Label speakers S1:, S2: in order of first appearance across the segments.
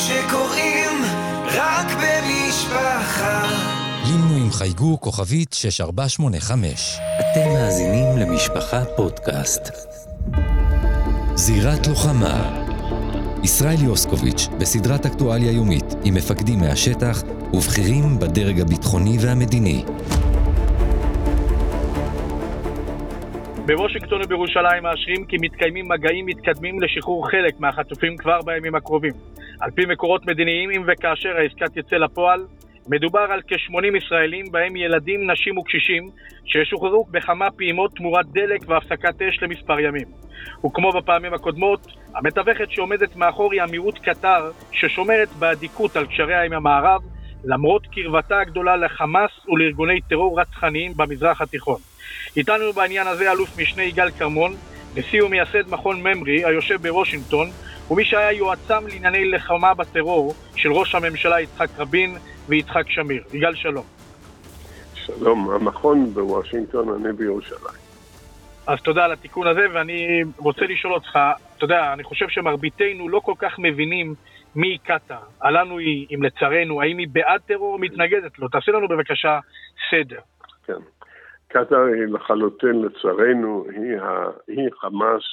S1: שקוראים רק במשפחה.
S2: לינו עם חייגו כוכבית 6485.
S3: אתם מאזינים למשפחה פודקאסט.
S2: זירת לוחמה. ישראל יוסקוביץ' בסדרת אקטואליה יומית עם מפקדים מהשטח ובכירים בדרג הביטחוני והמדיני.
S4: בוושינגטון ובירושלים מאשרים כי מתקיימים מגעים מתקדמים לשחרור חלק מהחטופים כבר בימים הקרובים. על פי מקורות מדיניים, אם וכאשר העסקה תצא לפועל, מדובר על כ-80 ישראלים, בהם ילדים, נשים וקשישים, שישוחררו בכמה פעימות תמורת דלק והפסקת אש למספר ימים. וכמו בפעמים הקודמות, המתווכת שעומדת מאחור היא אמירות קטר, ששומרת באדיקות על קשריה עם המערב, למרות קרבתה הגדולה לחמאס ולארגוני טרור רצחניים במזרח התיכון. איתנו בעניין הזה אלוף משנה יגאל כרמון, נשיא ומייסד מכון ממרי היושב בוושינגטון, ומי שהיה יועצם לענייני לחמה בטרור של ראש הממשלה יצחק רבין ויצחק שמיר. יגאל, שלום.
S5: שלום, המכון בוושינגטון, אני בירושלים.
S4: אז תודה על התיקון הזה, ואני רוצה לשאול אותך, אתה יודע, אני חושב שמרביתנו לא כל כך מבינים מי היא קטר. עלינו היא, אם לצערנו, האם היא בעד טרור או מתנגדת לו? תעשה לנו בבקשה סדר.
S5: כן. קטר היא לחלוטין לצערנו, היא חמאס,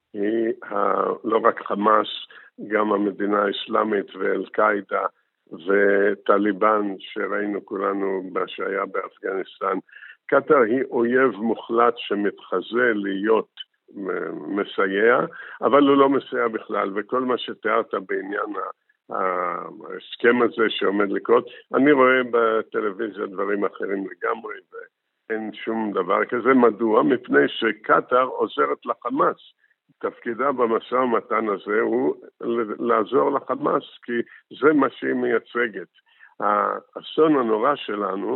S5: לא רק חמאס, גם המדינה האסלאמית ואל-קאידה וטליבן שראינו כולנו שהיה באפגניסטן. קטר היא אויב מוחלט שמתחזה להיות מסייע, אבל הוא לא מסייע בכלל, וכל מה שתיארת בעניין ההסכם הזה שעומד לקרות, אני רואה בטלוויזיה דברים אחרים לגמרי, ואין שום דבר כזה. מדוע? מפני שקטר עוזרת לחמאס. תפקידה במשא ומתן הזה הוא לעזור לחמאס, כי זה מה שהיא מייצגת. האסון הנורא שלנו,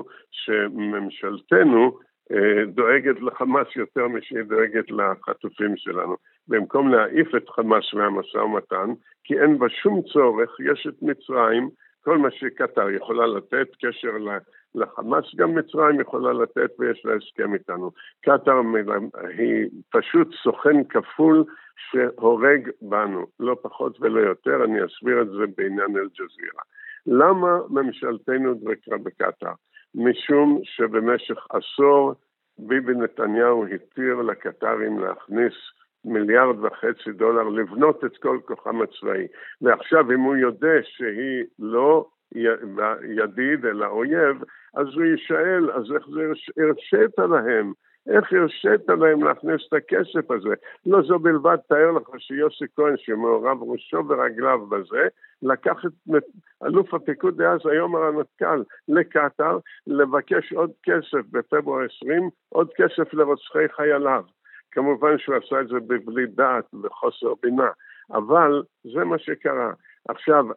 S5: שממשלתנו דואגת לחמאס יותר משהיא דואגת לחטופים שלנו. במקום להעיף את חמאס מהמשא ומתן, כי אין בה שום צורך, יש את מצרים, כל מה שקטר יכולה לתת, קשר לחמאס, גם מצרים יכולה לתת ויש לה הסכם איתנו. קטר היא פשוט סוכן כפול שהורג בנו, לא פחות ולא יותר, אני אסביר את זה בעניין אל-ג'זירה. למה ממשלתנו דבקה בקטר? משום שבמשך עשור ביבי נתניהו התיר לקטרים להכניס $1.5 מיליארד לבנות את כל כוחם הצבאי. ועכשיו אם הוא יודע שהיא לא ידיד אלא אויב, אז הוא ישאל, אז איך זה הרשית להם? איך הרשית להם להכניס את הכסף הזה? לא זו בלבד, תאר לך שיוסי כהן שמעורב ראשו ורגליו בזה, לקח את אלוף הפיקוד דאז, היום הרמטכ"ל, לקטר, לבקש עוד כסף בפברואר 20, עוד כסף לרוצחי חייליו. כמובן שהוא עשה את זה בבלי דעת וחוסר בינה, אבל זה מה שקרה. עכשיו,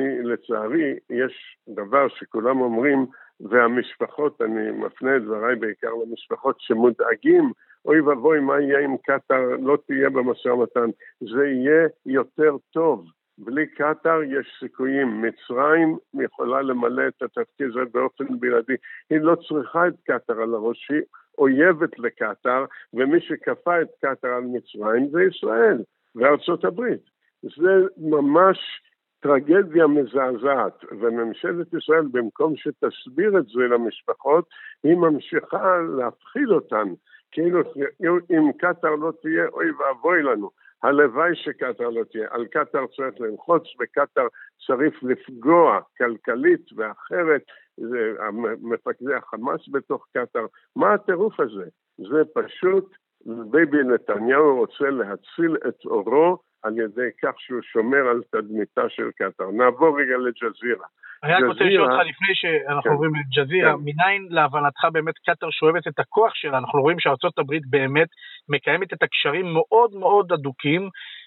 S5: לצערי, יש דבר שכולם אומרים, והמשפחות, אני מפנה את דבריי בעיקר למשפחות שמודאגים, אוי ובוי, מה יהיה אם קטר לא תהיה במשא ומתן? זה יהיה יותר טוב. בלי קטר יש סיכויים. מצרים יכולה למלא את התפקיד הזה באופן בלעדי. היא לא צריכה את קטר על הראש, היא אויבת לקטר, ומי שכפה את קטר על מצרים זה ישראל וארצות הברית. זה ממש טרגדיה מזעזעת, וממשלת ישראל במקום שתסביר את זה למשפחות, היא ממשיכה להפחיד אותן, כאילו אם קטר לא תהיה, אוי ואבוי לנו, הלוואי שקטר לא תהיה, על קטר צריך ללחוץ, וקטר צריך לפגוע כלכלית ואחרת, זה מפקדי החמאס בתוך קטר, מה הטירוף הזה? זה פשוט, ביבי נתניהו רוצה להציל את אורו, על ידי כך שהוא שומר על תדמיתה של קטר. נעבור רגע לג'זירה.
S4: אני רק רוצה לשאול אותך לפני שאנחנו עוברים לג'זירה, מניין להבנתך באמת קטר שואבת את הכוח שלה? אנחנו רואים שארצות הברית באמת מקיימת את הקשרים מאוד מאוד אדוקים,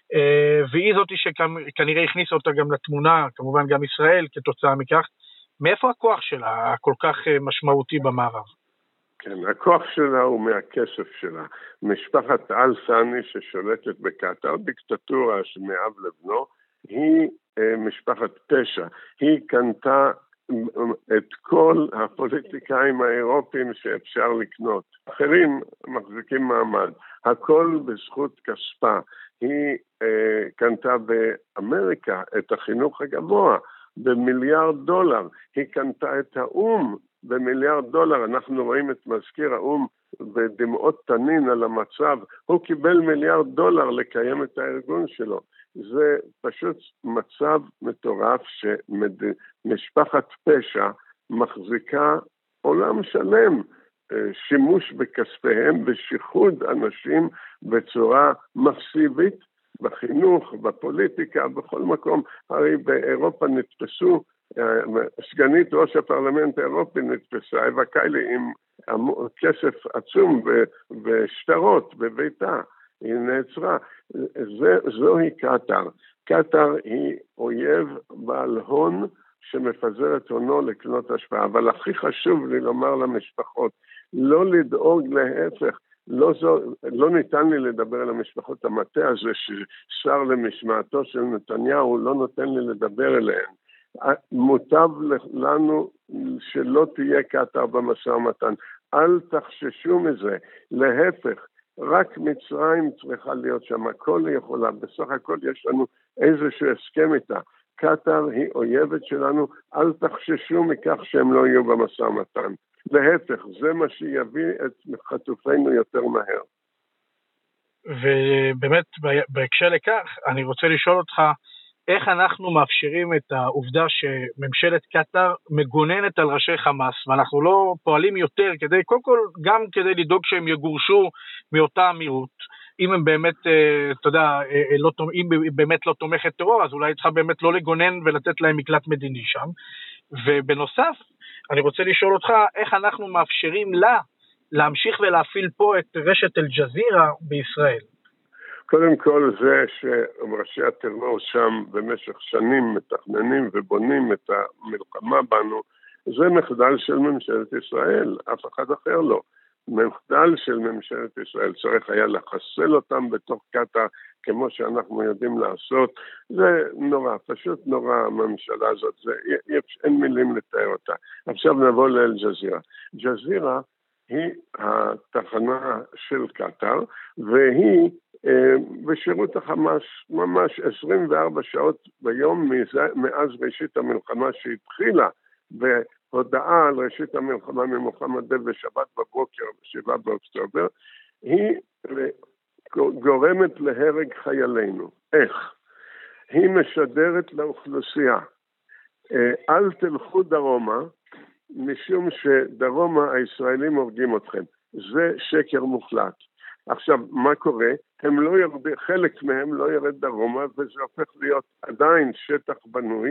S4: והיא זאת שכנראה הכניסה אותה גם לתמונה, כמובן גם ישראל כתוצאה מכך. מאיפה הכוח שלה הכל כך משמעותי במערב?
S5: כן, הכוח שלה הוא מהכסף שלה. משפחת אל-סאני ששולטת בקטר, דיקטטורה שמאב לבנו, היא משפחת פשע. היא קנתה את כל הפוליטיקאים האירופיים שאפשר לקנות. אחרים מחזיקים מעמד. הכל בזכות כספה. היא קנתה באמריקה את החינוך הגבוה $1 מיליארד. היא קנתה את האום $1 מיליארד. אנחנו רואים את מזכיר האום בדמעות תנין על המצב. הוא קיבל $1 מיליארד לקיים את הארגון שלו. זה פשוט מצב מטורף שמשפחת פשע מחזיקה עולם שלם, שימוש בכספיהם, בשיחוד אנשים בצורה מסיבית, בחינוך, בפוליטיקה, בכל מקום. הרי באירופה נתפסו, סגנית ראש הפרלמנט האירופי נתפסה, אווה קיילי עם כסף עצום ושטרות בביתה. היא נעצרה. זוהי קטר. קטר היא אויב בעל הון שמפזר את הונו לקנות השפעה. אבל הכי חשוב לי לומר למשפחות, לא לדאוג להפך. לא ניתן לי לדבר על המשפחות. המטה הזה ששר למשמעתו של נתניהו לא נותן לי לדבר אליהן. מוטב לנו שלא תהיה קטר במשא ומתן. אל תחששו מזה. להפך. רק מצרים צריכה להיות שם, הכל יכולה, בסך הכל יש לנו איזשהו הסכם איתה. קטר היא אויבת שלנו, אל תחששו מכך שהם לא יהיו במשא ומתן. להפך, זה מה שיביא את חטופינו יותר מהר.
S4: ובאמת בהקשר לכך, אני רוצה לשאול אותך, איך אנחנו מאפשרים את העובדה שממשלת קטר מגוננת על ראשי חמאס, ואנחנו לא פועלים יותר כדי, קודם כל, גם כדי לדאוג שהם יגורשו מאותה אמירות, אם הם באמת, אתה יודע, אם באמת לא תומכת טרור, אז אולי צריכה באמת לא לגונן ולתת להם מקלט מדיני שם, ובנוסף, אני רוצה לשאול אותך, איך אנחנו מאפשרים לה להמשיך ולהפעיל פה את רשת אל-ג'זירה בישראל?
S5: קודם כל זה שראשי הטרור שם במשך שנים מתכננים ובונים את המלחמה בנו, זה מחדל של ממשלת ישראל, אף אחד אחר לא. מחדל של ממשלת ישראל, צריך היה לחסל אותם בתוך קטר, כמו שאנחנו יודעים לעשות. זה נורא, פשוט נורא הממשלה הזאת, אין מילים לתאר אותה. עכשיו נבוא לאל-ג'זירה. ג'זירה היא התחנה של קטר, והיא בשירות החמאס ממש 24 שעות ביום מאז ראשית המלחמה שהתחילה, והודעה על ראשית המלחמה ממוחמד דף בשבת בבוקר, 7 באוקטובר, היא גורמת להרג חיילינו. איך? היא משדרת לאוכלוסייה, אל תלכו דרומה, משום שדרומה הישראלים הורגים אתכם. זה שקר מוחלט. עכשיו, מה קורה? הם לא ירד, חלק מהם לא ירד דרומה, וזה הופך להיות עדיין שטח בנוי,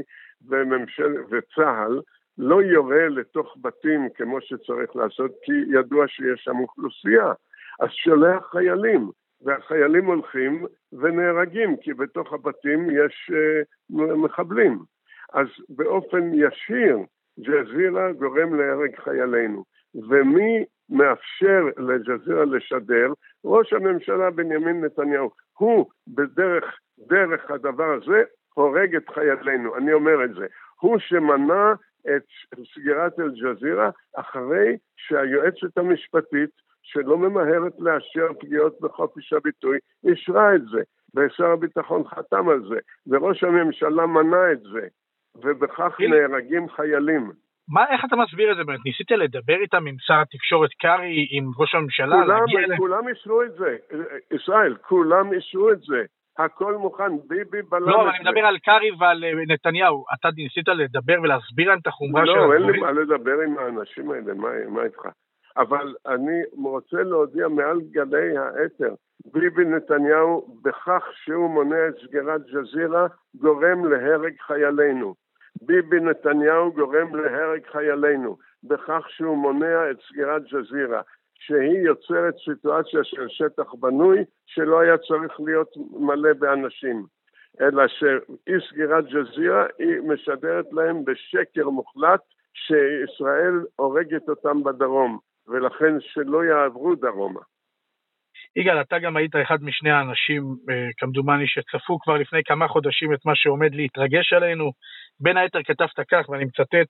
S5: וצהל לא יורה לתוך בתים כמו שצריך לעשות, כי ידוע שיש שם אוכלוסייה. אז שולח חיילים, והחיילים הולכים ונהרגים, כי בתוך הבתים יש מחבלים. אז באופן ישיר, ג'זירה גורם להרג חיילינו. ומי מאפשר לג'זירה לשדר? ראש הממשלה בנימין נתניהו. הוא בדרך הדבר הזה הורג את חיילינו. אני אומר את זה. הוא שמנע את סגירת אל-ג'זירה אחרי שהיועצת המשפטית שלא ממהרת לאשר פגיעות בחופש הביטוי אישרה את זה. ושר הביטחון חתם על זה. וראש הממשלה מנע את זה. ובכך נהרגים חיילים.
S4: איך אתה מסביר את זה? באמת, ניסית לדבר איתם עם שר התקשורת קרי, עם ראש הממשלה?
S5: כולם אישרו את זה. ישראל, כולם אישרו את זה. הכל מוכן, ביבי בלם.
S4: לא, אבל אני מדבר על קרי ועל נתניהו. אתה ניסית לדבר ולהסביר להם את החומרה של הדברים?
S5: לא, אין לי מה לדבר עם האנשים האלה, מה איתך? אבל אני רוצה להודיע מעל גלי האתר, ביבי נתניהו בכך שהוא מונע את סגירת ג'זירה גורם להרג חיילינו. ביבי נתניהו גורם להרג חיילינו בכך שהוא מונע את סגירת ג'זירה, שהיא יוצרת סיטואציה של שטח בנוי שלא היה צריך להיות מלא באנשים, אלא שאי סגירת ג'זירה היא משדרת להם בשקר מוחלט שישראל הורגת אותם בדרום, ולכן שלא יעברו דרומה.
S4: יגאל, אתה גם היית אחד משני האנשים, כמדומני, שצפו כבר לפני כמה חודשים את מה שעומד להתרגש עלינו. בין היתר כתבת כך, ואני מצטט,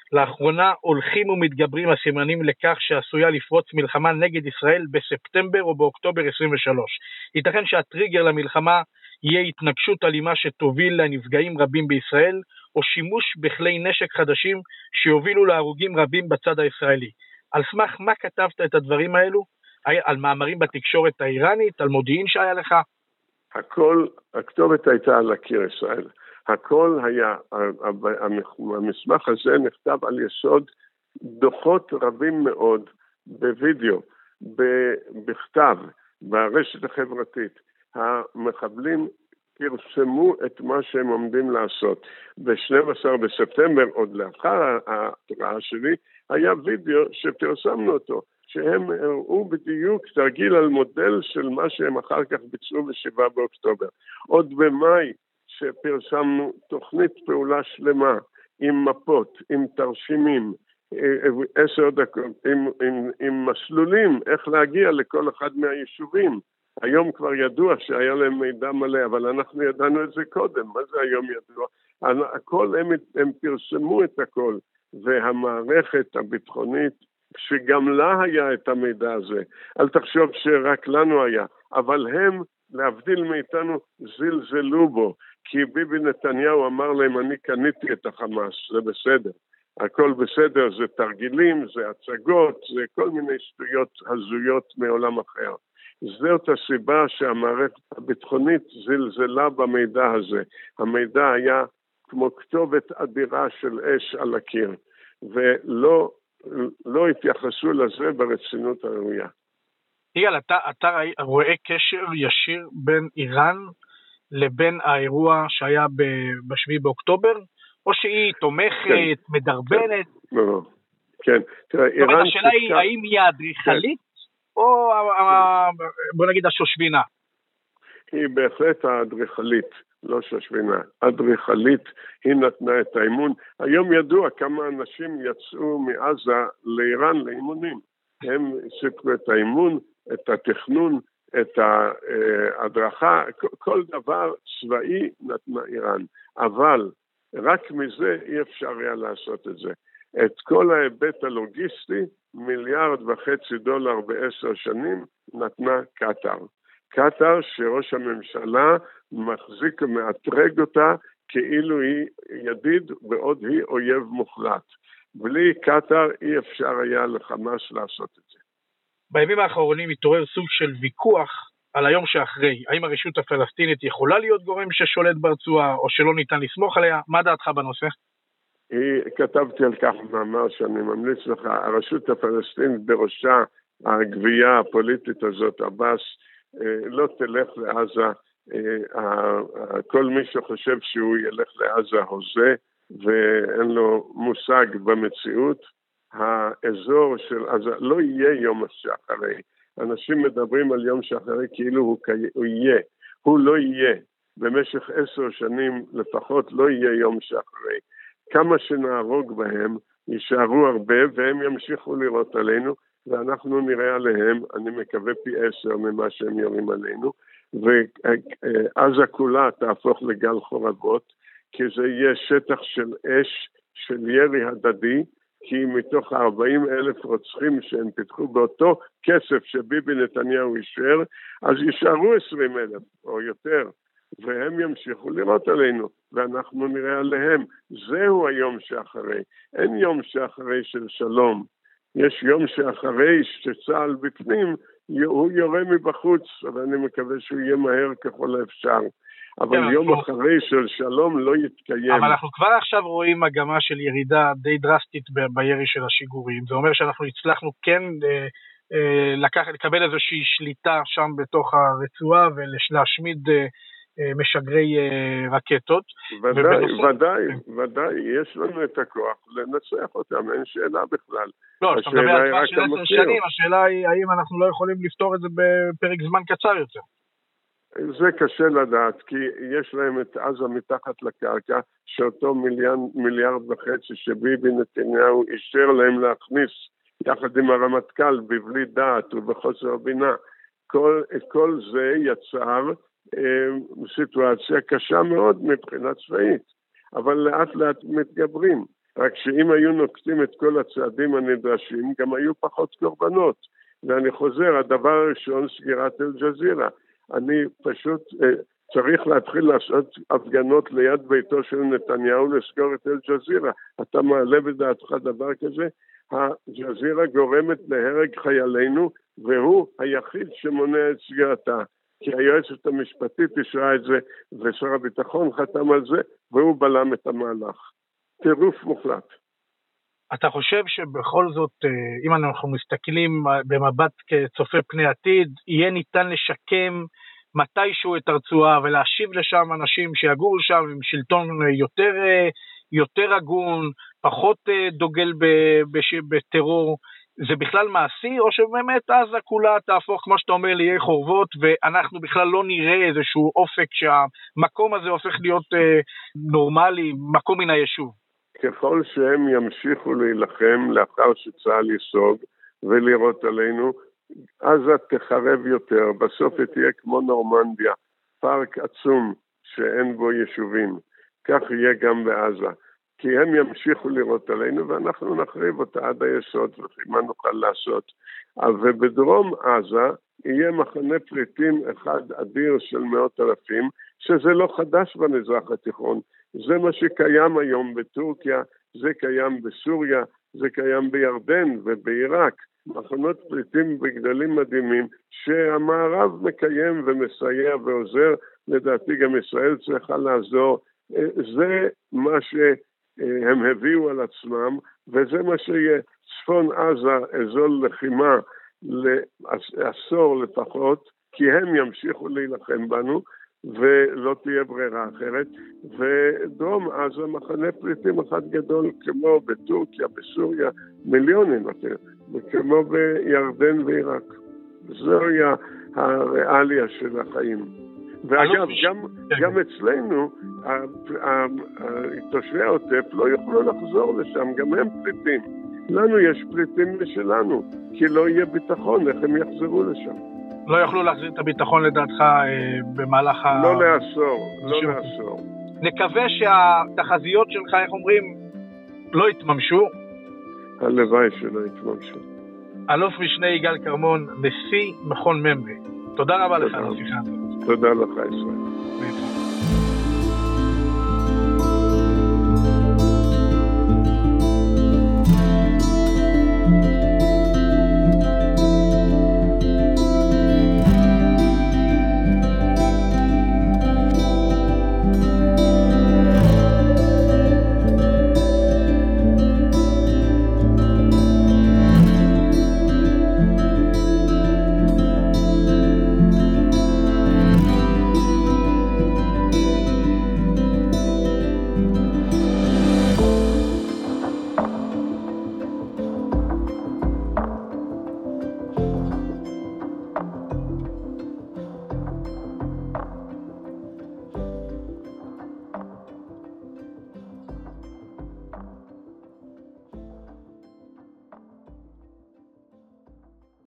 S4: לאחרונה הולכים ומתגברים הסימנים לכך שעשויה לפרוץ מלחמה נגד ישראל בספטמבר או באוקטובר 23. ייתכן שהטריגר למלחמה יהיה התנגשות אלימה שתוביל לנפגעים רבים בישראל, או שימוש בכלי נשק חדשים שיובילו להרוגים רבים בצד הישראלי. על סמך מה כתבת את הדברים האלו? על מאמרים בתקשורת האיראנית, על מודיעין שהיה לך?
S5: הכל, הכתובת הייתה על הקיר ישראל. הכל היה, המסמך הזה נכתב על יסוד דוחות רבים מאוד, בווידאו, בכתב, ברשת החברתית. המחבלים פרסמו את מה שהם עומדים לעשות. ב-12 בספטמבר, עוד לאחר ההתראה שלי, היה וידאו שפרסמנו אותו, שהם הראו בדיוק תרגיל על מודל של מה שהם אחר כך ביצעו ב-7 באוקטובר. עוד במאי שפרסמנו תוכנית פעולה שלמה, עם מפות, עם תרשימים, 10 דקות, עם מסלולים, איך להגיע לכל אחד מהיישובים. היום כבר ידוע שהיה להם מידע מלא, אבל אנחנו ידענו את זה קודם. מה זה היום ידוע? הכל, הם פרסמו את הכל, והמערכת הביטחונית, שגם לה היה את המידע הזה. אל תחשוב שרק לנו היה, אבל הם, להבדיל מאיתנו, זלזלו בו, כי ביבי נתניהו אמר להם, אני קניתי את החמאס, זה בסדר. הכל בסדר, זה תרגילים, זה הצגות, זה כל מיני שטויות הזויות מעולם אחר. זאת הסיבה שהמערכת הביטחונית זלזלה במידע הזה. המידע היה כמו כתובת אדירה של אש על הקיר, ולא התייחסו לזה ברצינות הראויה.
S4: יגאל, אתה רואה קשר ישיר בין איראן לבין האירוע שהיה ב-7 באוקטובר, או שהיא תומכת, מדרבנת?
S5: לא. כן.
S4: השאלה היא, האם היא האדריכלית, או בוא נגיד השושבינה?
S5: היא בהחלט האדריכלית, לא שושבינה. אדריכלית, היא נתנה את האימון. היום ידוע כמה אנשים יצאו מעזה לאיראן לאימונים. הם סיפקו את האימון, את התכנון, את ההדרכה, כל דבר צבאי נתנה איראן. אבל רק מזה אי אפשר היה לעשות את זה. את כל ההיבט הלוגיסטי, $1.5 מיליארד ב10 שנים, נתנה קטר. קטר שראש הממשלה מחזיק ומאתרג אותה כאילו היא ידיד בעוד היא אויב מוחלט. בלי קטר אי אפשר היה לחמאס לעשות את זה.
S4: בימים האחרונים התעורר סוג של ויכוח על היום שאחרי. האם הרשות הפלסטינית יכולה להיות גורם ששולט ברצועה או שלא ניתן לסמוך עליה? מה דעתך בנושא?
S5: כתבתי על כך מאמר שאני ממליץ לך. הרשות הפלסטינית בראשה הגבייה הפוליטית הזאת, עבאס, לא תלך לעזה. כל מי שחושב שהוא ילך לעזה הוזה ואין לו מושג במציאות. האזור של עזה לא יהיה יום שאחרי. אנשים מדברים על יום שאחרי כאילו הוא יהיה. הוא לא יהיה. במשך 10 שנים לפחות לא יהיה יום שאחרי. כמה שנהרוג בהם יישארו הרבה והם ימשיכו לראות עלינו ואנחנו נראה עליהם, אני מקווה פי 10 ממה שהם יורים עלינו, ועזה כולה תהפוך לגל חורבות, כי זה יהיה שטח של אש, של ירי הדדי, כי מתוך 40,000 רוצחים שהם פיתחו באותו כסף שביבי נתניהו אישר, אז יישארו 20,000 או יותר, והם ימשיכו לראות עלינו, ואנחנו נראה עליהם. זהו היום שאחרי. אין יום שאחרי של שלום. יש יום שאחרי שצה"ל בפנים, הוא יורה מבחוץ, אבל אני מקווה שהוא יהיה מהר ככל האפשר. אבל יום אחרי של שלום לא יתקיים.
S4: אבל אנחנו כבר עכשיו רואים מגמה של ירידה די דרסטית בירי של השיגורים. זה אומר שאנחנו הצלחנו כן לקבל איזושהי שליטה שם בתוך הרצועה ולהשמיד משגרי רקטות.
S5: ודאי, יש לנו את הכוח לנצח אותם, אין שאלה בכלל.
S4: לא, אתה מדבר על כבר של 10 שנים, השאלה היא האם אנחנו לא יכולים לפתור את זה בפרק זמן קצר יותר.
S5: זה קשה לדעת, כי יש להם את עזה מתחת לקרקע, שאותו $1.5 מיליארד שביבי נתניהו אישר להם להכניס, יחד עם הרמטכ"ל, בבלי דעת ובחוסר בינה. כל זה יצר סיטואציה קשה מאוד מבחינה צבאית, אבל לאט לאט מתגברים. רק שאם היו נוקטים את כל הצעדים הנדרשים, גם היו פחות קורבנות. ואני חוזר, הדבר הראשון, סגירת אל-ג'זירה. אני פשוט צריך להתחיל לעשות הפגנות ליד ביתו של נתניהו לסגור את אל-ג'זירה. אתה מעלה בדעתך דבר כזה? הג'זירה גורמת להרג חיילינו, והוא היחיד שמונע את סגירתה. כי היועצת המשפטית אישרה את זה, ושר הביטחון חתם על זה, והוא בלם את המהלך. טירוף מוחלט.
S4: אתה חושב שבכל זאת, אם אנחנו מסתכלים במבט כצופה פני עתיד, יהיה ניתן לשקם מתישהו את הרצועה ולהשיב לשם אנשים שיגורו שם עם שלטון יותר הגון, פחות דוגל בטרור, זה בכלל מעשי, או שבאמת עזה כולה תהפוך, כמו שאתה אומר, ליהי חורבות, ואנחנו בכלל לא נראה איזשהו אופק שהמקום הזה הופך להיות נורמלי, מקום מן היישוב?
S5: ככל שהם ימשיכו להילחם לאחר שצה"ל יסוג ולירות עלינו, עזה תחרב יותר, בסוף תהיה כמו נורמנדיה, פארק עצום שאין בו יישובים, כך יהיה גם בעזה. כי הם ימשיכו לראות עלינו ואנחנו נחריב אותה עד היסוד ומה נוכל לעשות. ובדרום עזה יהיה מחנה פליטים אחד אדיר של 100,000, שזה לא חדש במזרח התיכון. זה מה שקיים היום בטורקיה, זה קיים בסוריה, זה קיים בירדן ובעיראק. מחנות פליטים בגדלים מדהימים שהמערב מקיים ומסייע ועוזר, לדעתי גם ישראל צריכה לעזור. זה מה שהם הביאו על עצמם, וזה מה שיהיה. צפון עזה אזור לחימה לעשור לפחות, כי הם ימשיכו להילחם בנו, ולא תהיה ברירה אחרת. ודרום עזה מחנה פליטים אחד גדול, כמו בטורקיה, בסוריה, מיליונים יותר, וכמו בירדן ועיראק. זוהי הריאליה של החיים. ואגב, גם אצלנו, תושבי העוטף לא יוכלו לחזור לשם, גם הם פליטים. לנו יש פליטים משלנו, כי לא יהיה ביטחון, איך הם יחזרו לשם?
S4: לא יוכלו להחזיר את הביטחון לדעתך במהלך
S5: לא לעשור.
S4: נקווה שהתחזיות שלך, איך אומרים, לא יתממשו.
S5: הלוואי שלא יתממשו.
S4: אלוף משנה יגאל כרמון, נשיא מכון ממרי. תודה רבה לך על השיחה הזאת.
S5: תודה לך, ישראל.